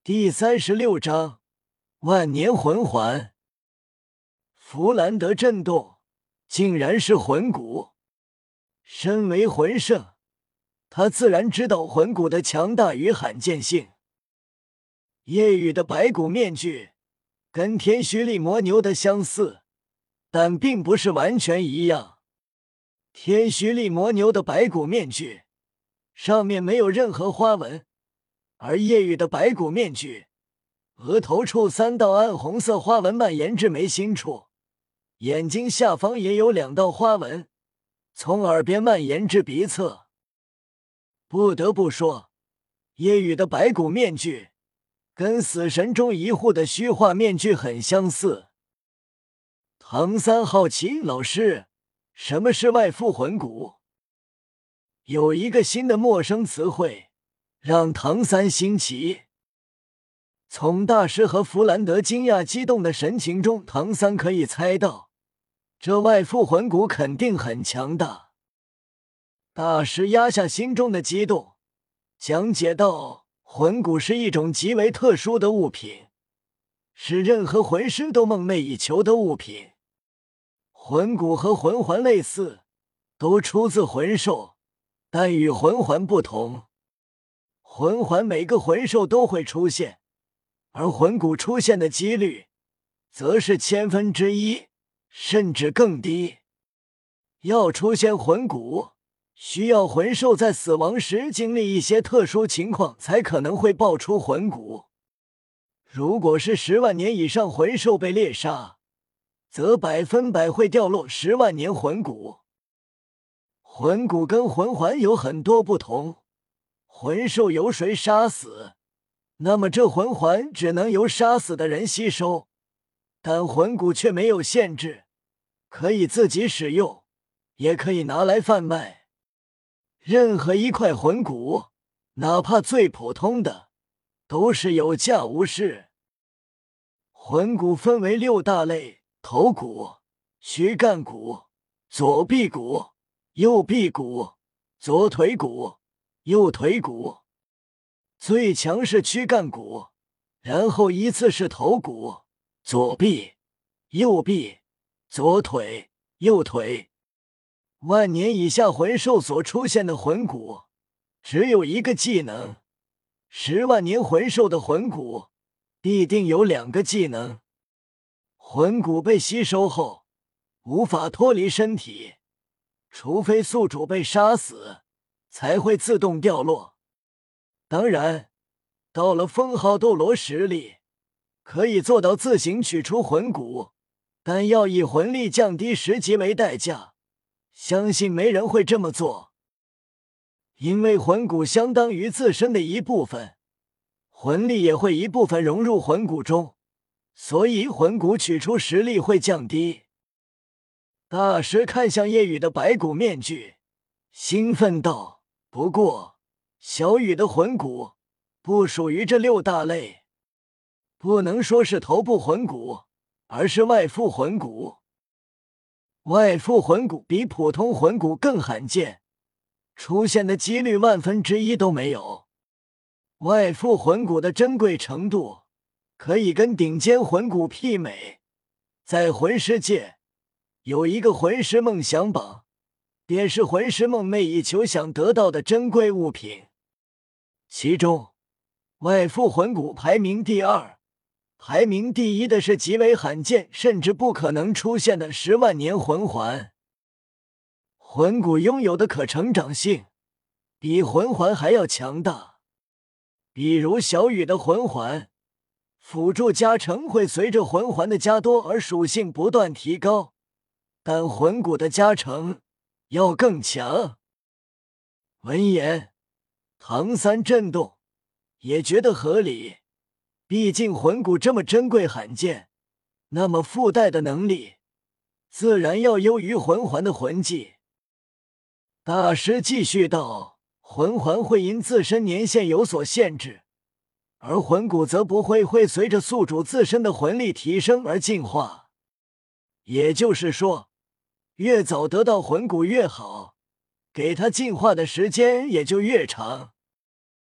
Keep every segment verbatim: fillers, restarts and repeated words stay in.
第三十六章万年魂环。弗兰德震动，竟然是魂骨。身为魂圣，他自然知道魂骨的强大与罕见性。夜雨的白骨面具跟天虚力魔牛的相似，但并不是完全一样。天虚力魔牛的白骨面具上面没有任何花纹，而夜雨的白骨面具额头处三道暗红色花纹蔓延至眉心处，眼睛下方也有两道花纹，从耳边蔓延至鼻侧。不得不说，夜雨的白骨面具跟死神中一护的虚化面具很相似。唐三好奇，老师，什么是外附魂骨？有一个新的陌生词汇让唐三新奇。从大师和弗兰德惊讶激动的神情中，唐三可以猜到，这外附魂骨肯定很强大。大师压下心中的激动，讲解道：魂骨是一种极为特殊的物品，是任何魂师都梦寐以求的物品。魂骨和魂环类似，都出自魂兽，但与魂环不同。魂环每个魂兽都会出现，而魂骨出现的几率则是千分之一，甚至更低。要出现魂骨，需要魂兽在死亡时经历一些特殊情况才可能会爆出魂骨。如果是十万年以上魂兽被猎杀，则百分百会掉落十万年魂骨。魂骨跟魂环有很多不同，魂兽由谁杀死，那么这魂环只能由杀死的人吸收，但魂骨却没有限制，可以自己使用，也可以拿来贩卖。任何一块魂骨，哪怕最普通的，都是有价无市。魂骨分为六大类：头骨、躯干骨、左臂骨、右臂骨、左腿骨、右腿骨。最强是躯干骨，然后依次是头骨、左臂、右臂、左腿、右腿。万年以下魂兽所出现的魂骨只有一个技能，十万年魂兽的魂骨必定有两个技能。魂骨被吸收后无法脱离身体，除非宿主被杀死，才会自动掉落。当然，到了封号斗罗实力，可以做到自行取出魂骨，但要以魂力降低十级为代价，相信没人会这么做。因为魂骨相当于自身的一部分，魂力也会一部分融入魂骨中，所以魂骨取出实力会降低。大师看向夜雨的白骨面具，兴奋道：不过小雨的魂骨不属于这六大类，不能说是头部魂骨，而是外附魂骨。外附魂骨比普通魂骨更罕见，出现的几率万分之一都没有。外附魂骨的珍贵程度可以跟顶尖魂骨媲美。在魂师界有一个魂师梦想榜，便是魂师梦寐以求想得到的珍贵物品，其中外附魂骨排名第二，排名第一的是极为罕见甚至不可能出现的十万年魂环。魂骨拥有的可成长性比魂环还要强大，比如小雨的魂环，辅助加成会随着魂环的加多而属性不断提高，但魂骨的加成要更强。闻言，唐三震动，也觉得合理。毕竟魂骨这么珍贵罕见，那么附带的能力自然要优于魂环的魂技。大师继续道：魂环会因自身年限有所限制，而魂骨则不会，会随着宿主自身的魂力提升而进化。也就是说，越早得到魂骨越好，给它进化的时间也就越长。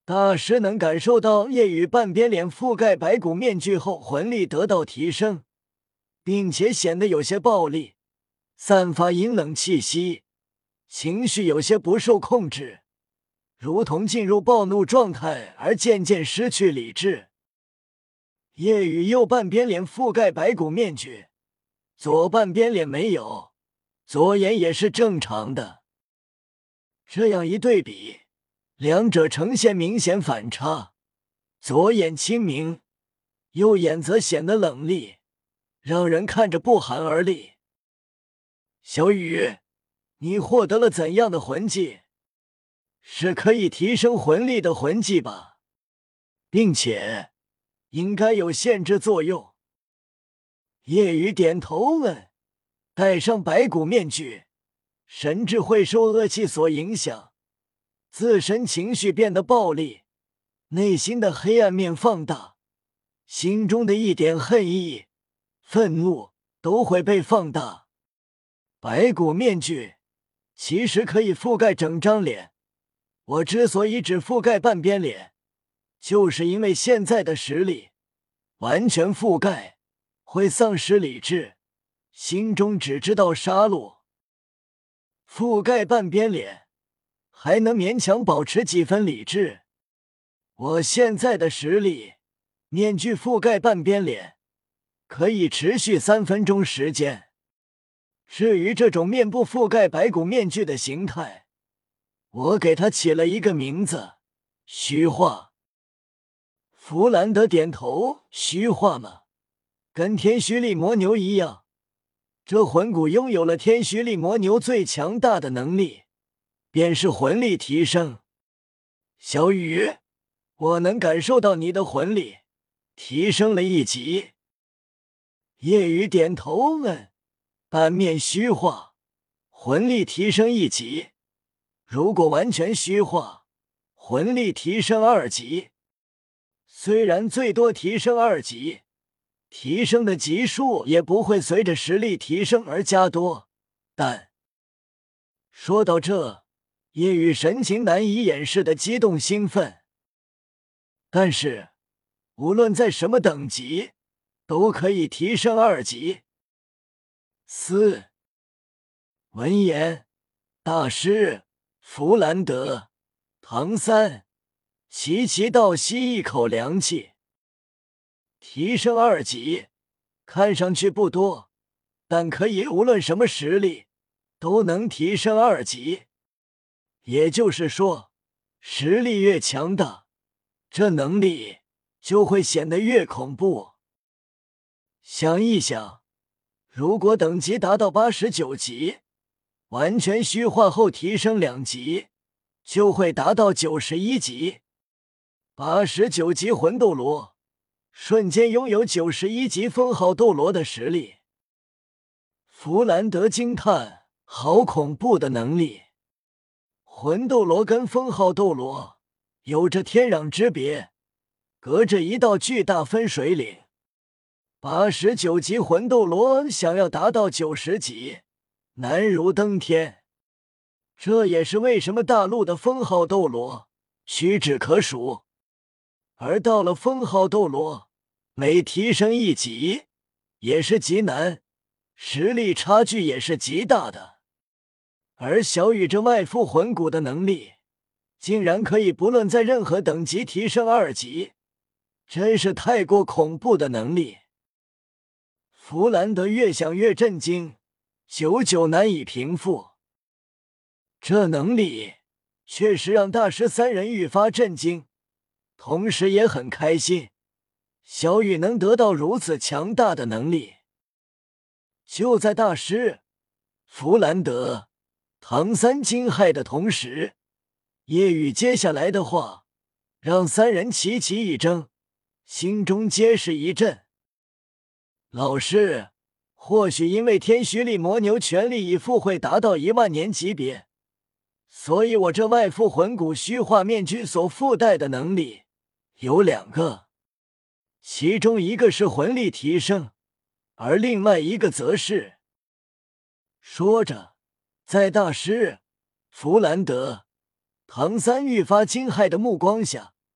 大师能感受到夜雨半边脸覆盖白骨面具后魂力得到提升，并且显得有些暴戾，散发阴冷气息，情绪有些不受控制，如同进入暴怒状态而渐渐失去理智。夜雨右半边脸覆盖白骨面具，左半边脸没有，左眼也是正常的。这样一对比，两者呈现明显反差，左眼清明，右眼则显得冷厉，让人看着不寒而栗。小雨，你获得了怎样的魂技？是可以提升魂力的魂技吧？并且应该有限制作用。夜雨点头问，戴上白骨面具，神智会受恶气所影响，自身情绪变得暴戾，内心的黑暗面放大，心中的一点恨意、愤怒都会被放大。白骨面具其实可以覆盖整张脸，我之所以只覆盖半边脸，就是因为现在的实力完全覆盖会丧失理智，心中只知道杀戮。覆盖半边脸还能勉强保持几分理智，我现在的实力，面具覆盖半边脸可以持续三分钟时间。至于这种面部覆盖白骨面具的形态，我给它起了一个名字，虚化。弗兰德点头，虚化吗？跟天虚力魔牛一样，这魂骨拥有了天虚力魔牛最强大的能力，便是魂力提升。小雨，我能感受到你的魂力提升了一级。夜雨点头问，半面虚化，魂力提升一级，如果完全虚化，魂力提升二级。虽然最多提升二级，提升的级数也不会随着实力提升而加多，但……说到这，夜雨神情难以掩饰的激动兴奋。但是，无论在什么等级，都可以提升二级。四。闻言，大师、弗兰德、唐三齐齐倒吸一口凉气。提升二级，看上去不多，但可以无论什么实力都能提升二级。也就是说，实力越强大，这能力就会显得越恐怖。想一想，如果等级达到八十九级，完全虚化后提升两级，就会达到九十一级。八十九级魂斗罗瞬间拥有九十一级封号斗罗的实力。弗兰德惊叹，好恐怖的能力！魂斗罗跟封号斗罗有着天壤之别，隔着一道巨大分水岭。八十九级魂斗罗想要达到九十级，难如登天。这也是为什么大陆的封号斗罗屈指可数，而到了封号斗罗，每提升一级也是极难，实力差距也是极大的。而小雨这外附魂骨的能力，竟然可以不论在任何等级提升二级，真是太过恐怖的能力。弗兰德越想越震惊，久久难以平复。这能力确实让大师三人愈发震惊，同时也很开心，小雨能得到如此强大的能力。就在大师、弗兰德、唐三惊骇的同时，夜雨接下来的话让三人齐齐一怔，心中皆是一震。老师，或许因为天虚力魔牛全力以赴会达到一万年级别，所以我这外附魂骨虚化面具所附带的能力有两个，其中一个是魂力提升，而另外一个则是……说着，在大师、弗兰德、唐三愈发惊骇的目光下，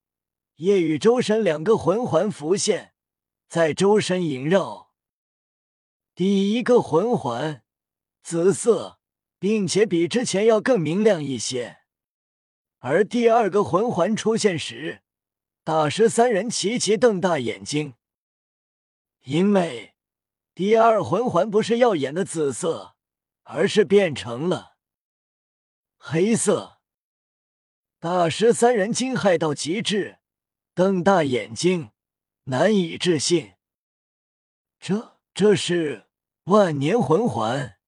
夜与周身两个魂环浮现，在周身萦绕。第一个魂环紫色，并且比之前要更明亮一些。而第二个魂环出现时，大师三人齐齐瞪大眼睛，因为第二魂环不是耀眼的紫色，而是变成了黑色。大师三人惊骇到极致，瞪大眼睛，难以置信。这这是万年魂环。